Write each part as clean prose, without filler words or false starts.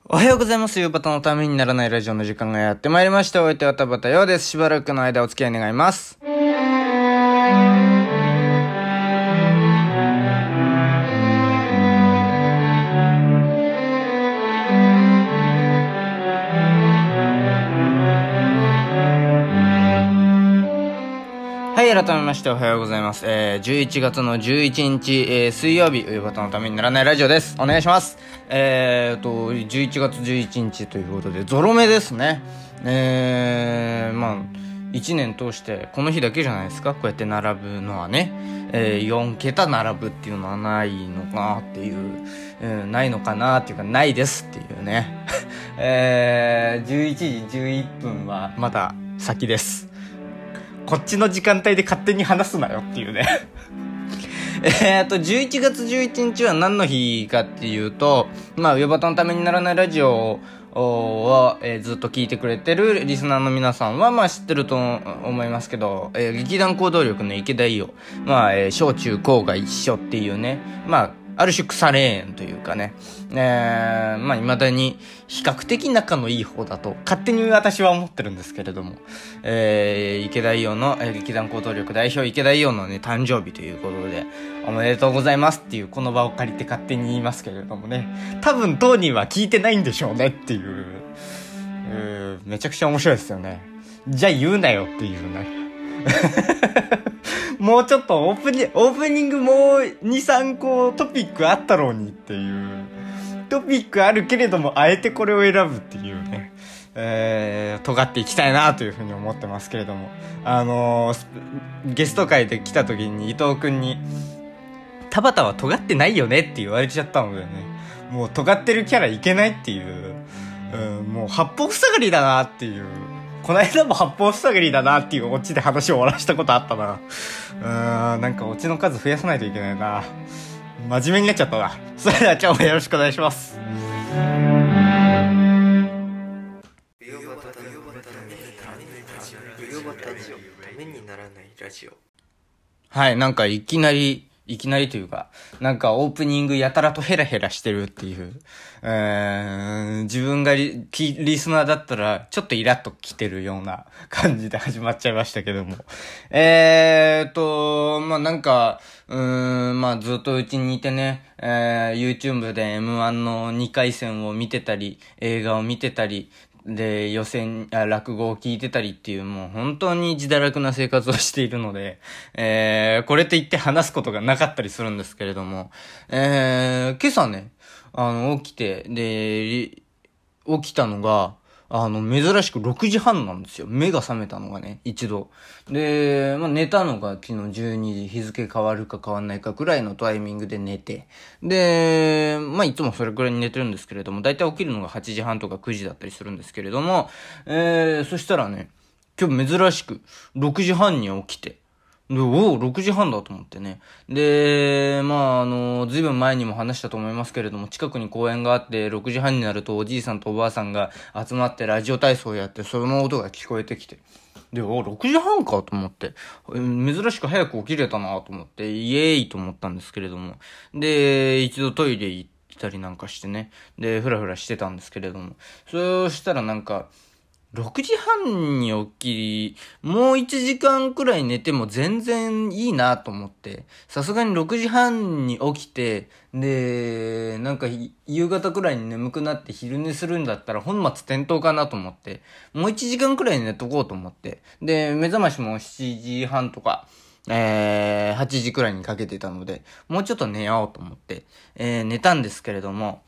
おはようございます。ゆうばたのためにならないラジオの時間がやってまいりました。お相手は田畑陽です。しばらくの間お付き合い願います。はい、改めましておはようございます。11月の11日、水曜日、ゆうばたのためにならないラジオです。お願いします。11月11日ということで、ゾロ目ですね。1年通してこの日だけじゃないですか、こうやって並ぶのはね。4桁並ぶっていうのはないのかなっていう、ないのかなっていうか、ないですっていうね。11時11分はまだ先です。こっちの時間帯で勝手に話すなよっていうね。11月11日は何の日かっていうと、ウェバタのためにならないラジオを、ずっと聞いてくれてるリスナーの皆さんは、知ってると思いますけど、劇団行動力の池田伊代。小中高が一緒っていうね。ある種腐れ縁というかね。未だに比較的仲のいい方だと勝手に私は思ってるんですけれども、池田伊代の、劇団行動力代表池田伊代のね、誕生日ということで、おめでとうございますっていうこの場を借りて勝手に言いますけれどもね。多分当人は聞いてないんでしょうねっていう、めちゃくちゃ面白いですよね。じゃあ言うなよっていうね。もうちょっとオープニングもう2、3個トピックあったろうにっていう。トピックあるけれども、あえてこれを選ぶっていうね。尖っていきたいなというふうに思ってますけれども。ゲスト会で来た時に伊藤くんに、田畑は尖ってないよねって言われちゃったのでね。もう尖ってるキャラいけないっていう。もう八方塞がりだなっていう。この間も八方塞がりだなっていうオチで話を終わらしたことあったな。なんかオチの数増やさないといけないな。真面目になっちゃったな。それでは今日もよろしくお願いします。はい、なんかいきなりというか、なんかオープニングやたらとヘラヘラしてるっていう、自分がリスナーだったらちょっとイラッと来てるような感じで始まっちゃいましたけども。ずっとうちにいてね、YouTube で M1 の2回戦を見てたり、映画を見てたり、で、落語を聞いてたりっていう、もう本当に自堕落な生活をしているので、これといって話すことがなかったりするんですけれども、今朝ね、起きて、で、起きたのが、珍しく6時半なんですよ。目が覚めたのがね、一度。で、寝たのが昨日12時、日付変わるか変わんないかくらいのタイミングで寝て。で、いつもそれくらいに寝てるんですけれども、だいたい起きるのが8時半とか9時だったりするんですけれども、そしたらね、今日珍しく6時半に起きて、で、6時半だと思ってね。で、ずいぶん前にも話したと思いますけれども、近くに公園があって、6時半になるとおじいさんとおばあさんが集まってラジオ体操をやって、その音が聞こえてきて。で、6時半かと思って、珍しく早く起きれたなと思って、イエーイと思ったんですけれども。で、一度トイレ行ったりなんかしてね。で、ふらふらしてたんですけれども。そうしたらなんか、6時半に起き、もう1時間くらい寝ても全然いいなと思って、さすがに6時半に起きて、で、なんか夕方くらいに眠くなって昼寝するんだったら本末転倒かなと思って、もう1時間くらい寝とこうと思って、で、目覚ましも7時半とか、8時くらいにかけてたので、もうちょっと寝ようと思って、寝たんですけれども、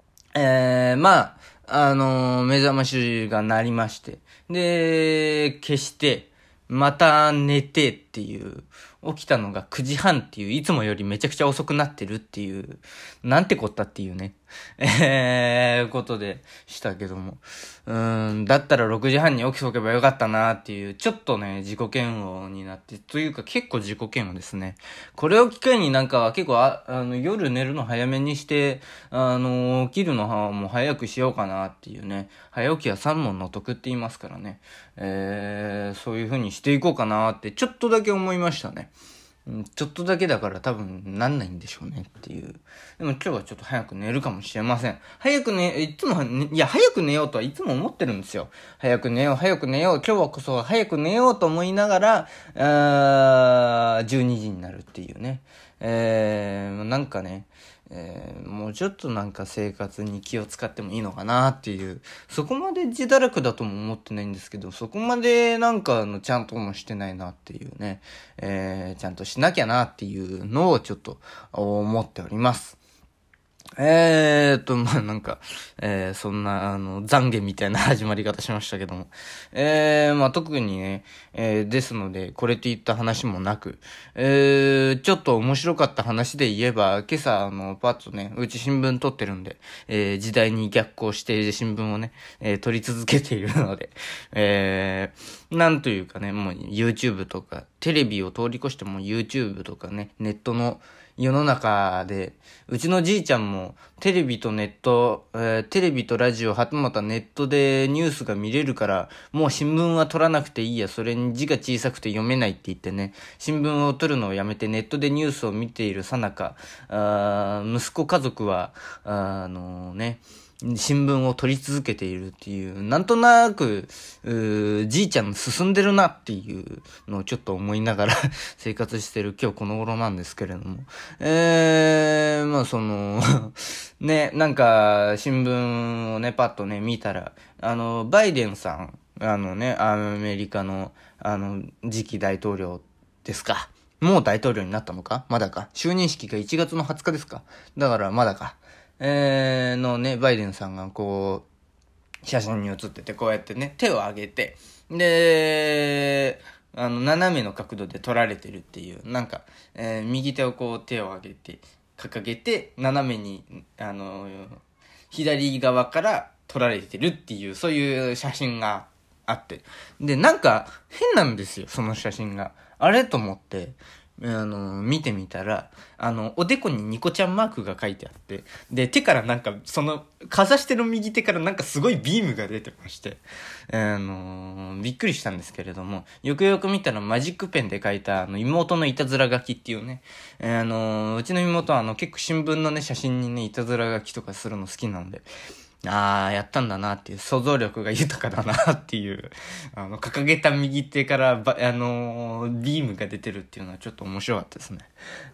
目覚ましが鳴りまして、で、消して、また寝てっていう、起きたのが9時半っていう、いつもよりめちゃくちゃ遅くなってるっていう、なんてこったっていうね、ことでしたけども。だったら6時半に起きとけばよかったなっていう、ちょっとね、自己嫌悪になって、というか結構自己嫌悪ですね。これを機会になんか結構夜寝るの早めにして、起きるのも早くしようかなっていうね、早起きは三問の得って言いますからね、そういう風にしていこうかなって、ちょっとだけ思いましたね。 ちょっとだけだから多分なんないんでしょうねっていう。でも今日はちょっと早く寝るかもしれません。いつも、いや、早く寝ようとはいつも思ってるんですよ。早く寝よう、早く寝よう、今日はこそ早く寝ようと思いながら、12時になるっていうね。なんかね、もうちょっとなんか生活に気を使ってもいいのかなっていう、そこまで自堕落だとも思ってないんですけど、そこまでなんかちゃんともしてないなっていうね、ちゃんとしなきゃなっていうのをちょっと思っております。なんか、そんな、懺悔みたいな始まり方しましたけども。特にね、ですので、これといった話もなく、ちょっと面白かった話で言えば、今朝、パッとね、うち新聞撮ってるんで、時代に逆行して新聞をね、撮り続けているので、なんというかね、もう YouTube とか、テレビを通り越しても YouTube とかね、ネットの世の中で、うちのじいちゃんもテレビとラジオ、はたまたネットでニュースが見れるから、もう新聞は取らなくていいや、それに字が小さくて読めないって言ってね、新聞を取るのをやめてネットでニュースを見ているさなか、息子家族は、新聞を取り続けているっていう、なんとなく、じいちゃん進んでるなっていうのをちょっと思いながら生活してる今日この頃なんですけれども。ね、なんか、新聞をね、パッとね、見たら、バイデンさん、アメリカの、次期大統領ですか。もう大統領になったのかまだか。就任式が1月の20日ですか。だからまだか。バイデンさんがこう、写真に写ってて、こうやってね、手を上げて、で、斜めの角度で撮られてるっていう、なんか、右手をこう手を上げて、掲げて、斜めに、左側から撮られてるっていう、そういう写真があって。で、なんか、変なんですよ、その写真が。あれと思って、見てみたら、おでこにニコちゃんマークが書いてあって、で、手からなんか、かざしてる右手からなんかすごいビームが出てまして、びっくりしたんですけれども、よくよく見たらマジックペンで書いた、妹のいたずら書きっていうね、うちの妹は結構新聞のね、写真にね、いたずら書きとかするの好きなので、やったんだなっていう、想像力が豊かだなっていう、掲げた右手からビームが出てるっていうのはちょっと面白かったですね。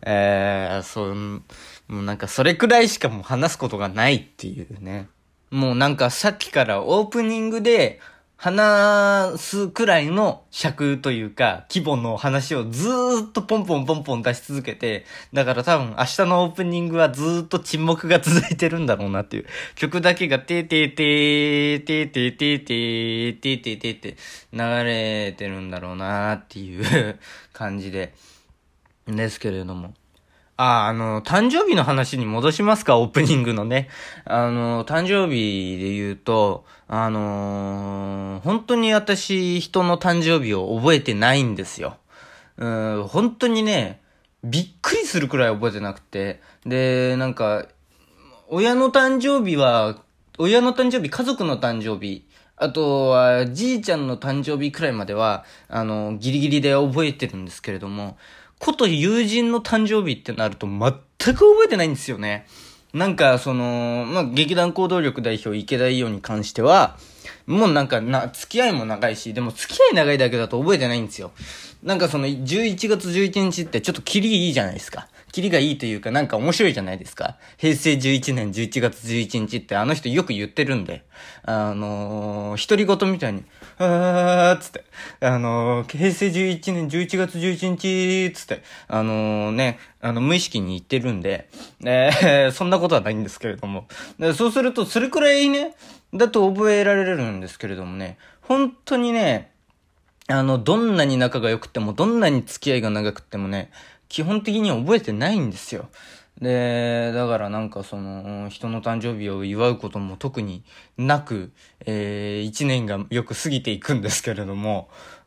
もうなんかそれくらいしかもう話すことがないっていうね。もうなんかさっきからオープニングで、話すくらいの尺というか、規模の話をずーっとポンポンポンポン出し続けて、だから多分明日のオープニングはずーっと沈黙が続いてるんだろうなっていう。曲だけがてーてーてーてーてーてーてーてーてーてーって流れてるんだろうなっていう感じですけれども。誕生日の話に戻しますか、オープニングのね。誕生日で言うと、本当に私、人の誕生日を覚えてないんですよ。本当にね、びっくりするくらい覚えてなくて。で、なんか、親の誕生日、家族の誕生日、あとは、じいちゃんの誕生日くらいまでは、ギリギリで覚えてるんですけれども、こと友人の誕生日ってなると全く覚えてないんですよね。なんか、劇団行動力代表池田伊代に関しては、もうなんか付き合いも長いし、でも付き合い長いだけだと覚えてないんですよ。なんか11月11日ってちょっとキリいいじゃないですか。キリがいいというかなんか面白いじゃないですか。平成11年11月11日ってあの人よく言ってるんで、独り言みたいに、つって、平成11年11月11日つって、無意識に言ってるんで、そんなことはないんですけれども。そうすると、それくらいね、だと覚えられるんですけれどもね、本当にね、どんなに仲が良くても、どんなに付き合いが長くてもね、基本的には覚えてないんですよ。で、だからなんか人の誕生日を祝うことも特になく、一年がよく過ぎていくんですけれども、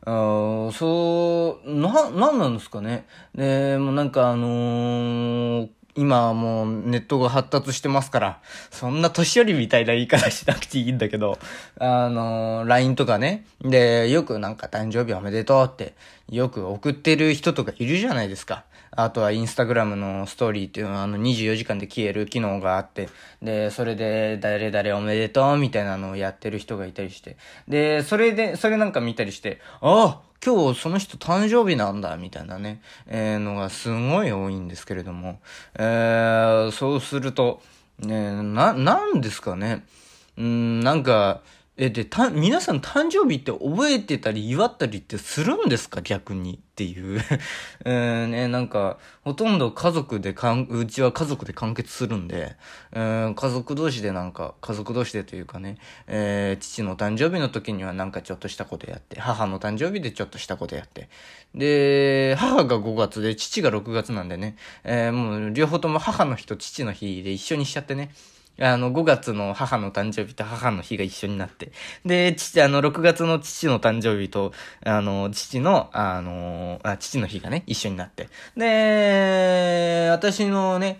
なんなんですかね。で、もうなんか今はもうネットが発達してますから、そんな年寄りみたいな言い方しなくていいんだけど、LINE とかね、で、よくなんか誕生日おめでとうって、よく送ってる人とかいるじゃないですか。 あとはインスタグラムのストーリーっていうのは24時間で消える機能があって、で、それで誰々おめでとうみたいなのをやってる人がいたりして、で、それなんか見たりして、ああ今日その人誕生日なんだ、みたいなね、のがすごい多いんですけれども、そうすると、なんですかね。なんか、皆さん誕生日って覚えてたり祝ったりってするんですか逆にっていう。なんか、ほとんど家族でうちは家族で完結するんで、家族同士でというかね、父の誕生日の時にはなんかちょっとしたことやって、母の誕生日でちょっとしたことやって、で、母が5月で父が6月なんでね、もう両方とも母の日と父の日で一緒にしちゃってね、5月の母の誕生日と母の日が一緒になって。で、6月の父の誕生日と、父の日がね、一緒になって。で、私のね、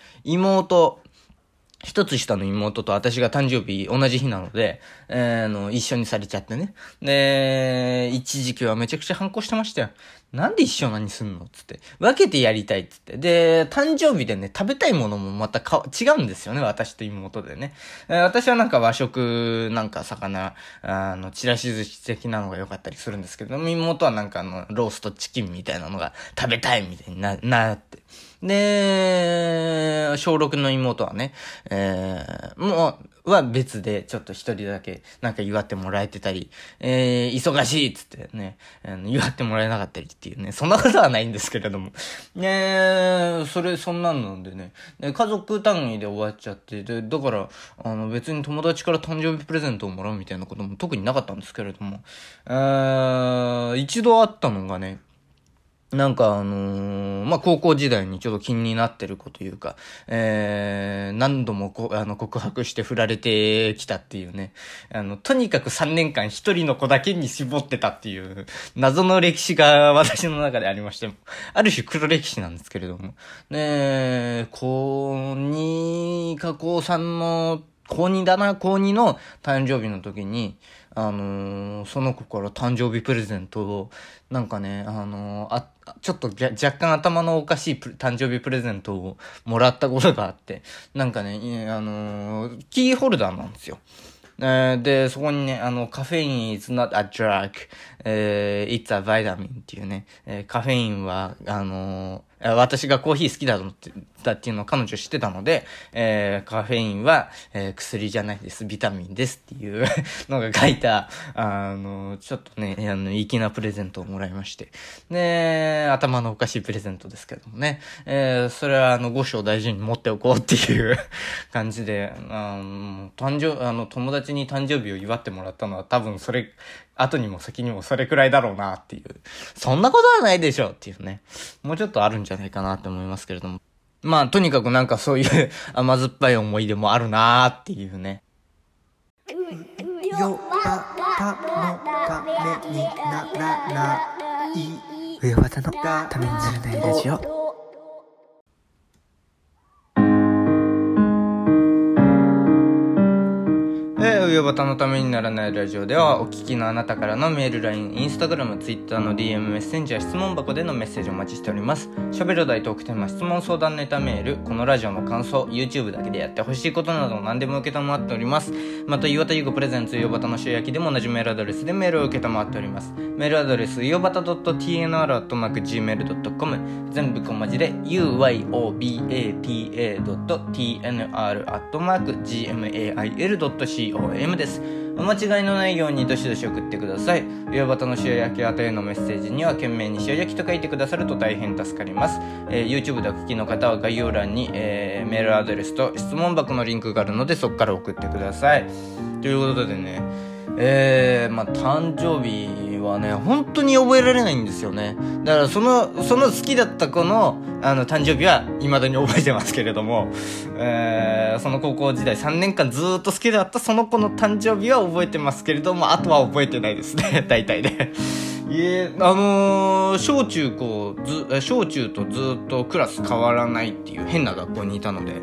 一つ下の妹と私が誕生日同じ日なので、一緒にされちゃってね。で、一時期はめちゃくちゃ反抗してましたよ。なんで一緒にすんのつって。分けてやりたいっつって。で、誕生日でね、食べたいものもまた違うんですよね、私と妹でね。私はなんか和食、なんか魚、ちらし寿司的なのが良かったりするんですけど、妹はなんかローストチキンみたいなのが食べたいみたいになって。で、小6の妹はね、は別でちょっと一人だけなんか祝ってもらえてたり、忙しいっつってね、祝ってもらえなかったりっていうね、そんなことはないんですけれども。そんなんなんでね、家族単位で終わっちゃって、で、だから、別に友達から誕生日プレゼントをもらうみたいなことも特になかったんですけれども、一度あったのがね、なんか高校時代にちょっと気になってる子というか、何度も告白して振られてきたっていうね、とにかく3年間一人の子だけに絞ってたっていう、謎の歴史が私の中でありまして、ある種黒歴史なんですけれども、高2か高3の、高2の誕生日の時に、その子から誕生日プレゼントを、なんかね、ちょっと若干頭のおかしい誕生日プレゼントをもらったことがあって、なんかね、キーホルダーなんですよ。で、そこにね、カフェイン is not a drug, it's a vitamin っていうね、カフェインは、私がコーヒー好きだっていうのを彼女知ってたので、カフェインは、薬じゃないです、ビタミンですっていうのが書いた、ちょっとね、粋なプレゼントをもらいまして。で、頭のおかしいプレゼントですけどもね。それは五章大事に持っておこうっていう感じで、友達に誕生日を祝ってもらったのは多分後にも先にもそれくらいだろうなっていう。そんなことはないでしょっていうね。もうちょっとあるんじゃないかなって思いますけれども。まあ、とにかくなんかそういう甘酸っぱい思い出もあるなーっていうね。 よばたのためにならないよばたのためにならないラジオ。 うよばたのためにならないラジオではお聞きのあなたからのメール、LINE、インスタグラム、ツイッターの DM、メッセンジャー、質問箱でのメッセージをお待ちしております。喋る大トークテーマ、質問相談ネタメール、このラジオの感想、YouTube だけでやってほしいことなど何でも受けたまっております。また、岩田優子プレゼンツうよばたの塩焼きでも同じメールアドレスでメールを受けたまっております。メールアドレス、うよばた .tnr@gmail.com 全部小文字で uyobata.tnr@gmail.com です。お間違いのないようにどしどし送ってください。うよばたの塩焼き宛てへのメッセージには懸命に塩焼きと書いてくださると大変助かります。YouTube でお聞きの方は概要欄に、メールアドレスと質問箱のリンクがあるのでそこから送ってください。ということでね、誕生日はね、本当に覚えられないんですよね。だからその好きだった子の、誕生日は未だに覚えてますけれども、その高校時代3年間ずーっと好きだったその子の誕生日は覚えてますけれども、あとは覚えてないですね、大体ね。小中とずっとクラス変わらないっていう変な学校にいたので、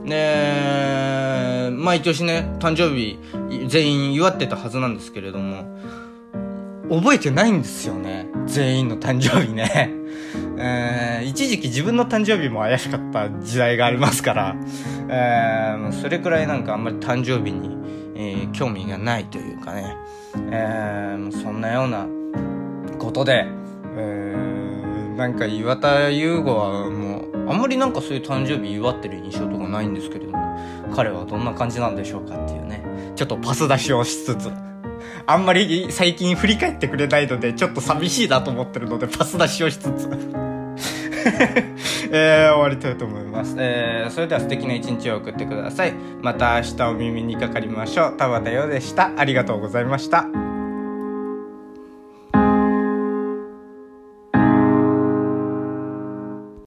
毎年ね、誕生日全員祝ってたはずなんですけれども、覚えてないんですよね、全員の誕生日ね。 一時期自分の誕生日も怪しかった時代がありますから、それくらいなんかあんまり誕生日に、興味がないというかね、そんなようなことで、なんか岩田優吾はもうあんまりなんかそういう誕生日祝ってる印象とかないんですけれども、彼はどんな感じなんでしょうかっていうね、ちょっとパス出しをしつつ、あんまり最近振り返ってくれないのでちょっと寂しいなと思ってるのでパス出しをしつつ終わりたいと思います。それでは素敵な一日を送ってください。また明日お耳にかかりましょう。田畑陽でした。ありがとうございました。